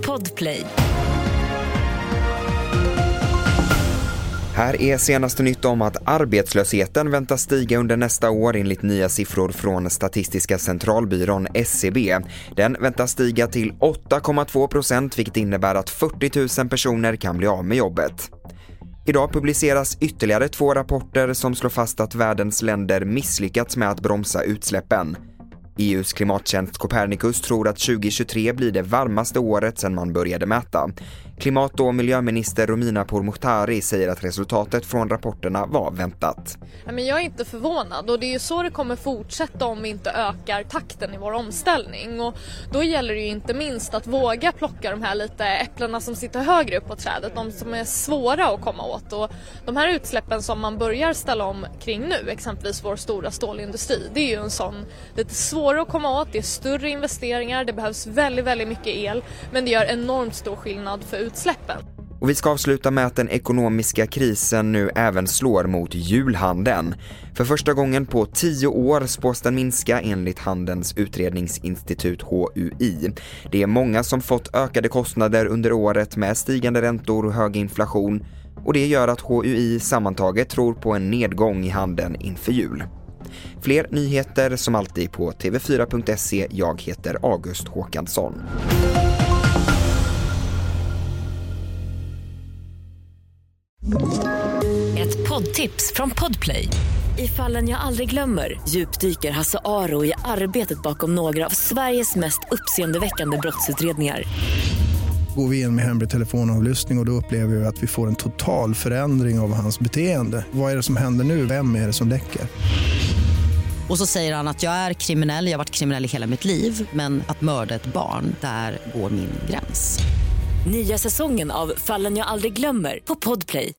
Podplay. Här är senaste nytt om att arbetslösheten väntas stiga under nästa år enligt nya siffror från Statistiska centralbyrån SCB. Den väntas stiga till 8,2%, vilket innebär att 40 000 personer kan bli av med jobbet. Idag publiceras ytterligare 2 rapporter som slår fast att världens länder misslyckats med att bromsa utsläppen. EUs klimattjänst Copernicus tror att 2023 blir det varmaste året sedan man började mäta. Klimat- och miljöminister Romina Pourmokhtari säger att resultatet från rapporterna var väntat. Men jag är inte förvånad, och det är ju så det kommer fortsätta om vi inte ökar takten i vår omställning. Och då gäller det ju inte minst att våga plocka de här lite äpplena som sitter högre upp på trädet, de som är svåra att komma åt. Och de här utsläppen som man börjar ställa om kring nu, exempelvis vår stora stålindustri, det är ju en sån lite svårare att komma åt, det är större investeringar, det behövs väldigt, väldigt mycket el, men det gör enormt stor skillnad för utsläppen. Och vi ska avsluta med att den ekonomiska krisen nu även slår mot julhandeln. För första gången på 10 år spås den minska enligt Handelns utredningsinstitut HUI. Det är många som fått ökade kostnader under året med stigande räntor och hög inflation. Och det gör att HUI sammantaget tror på en nedgång i handeln inför jul. Fler nyheter som alltid på tv4.se. Jag heter August Håkansson. Ett poddtips från Podplay. I Fallen jag aldrig glömmer djupdyker Hasse Aro i arbetet bakom några av Sveriges mest uppseendeväckande brottsutredningar. Går vi in med hemlig telefonavlyssning och då upplever vi att vi får en total förändring av hans beteende. Vad är det som händer nu? Vem är det som läcker? Och så säger han att jag är kriminell, jag har varit kriminell i hela mitt liv, men att mörda ett barn, där går min gräns. Nya säsongen av Fallen jag aldrig glömmer på Podplay.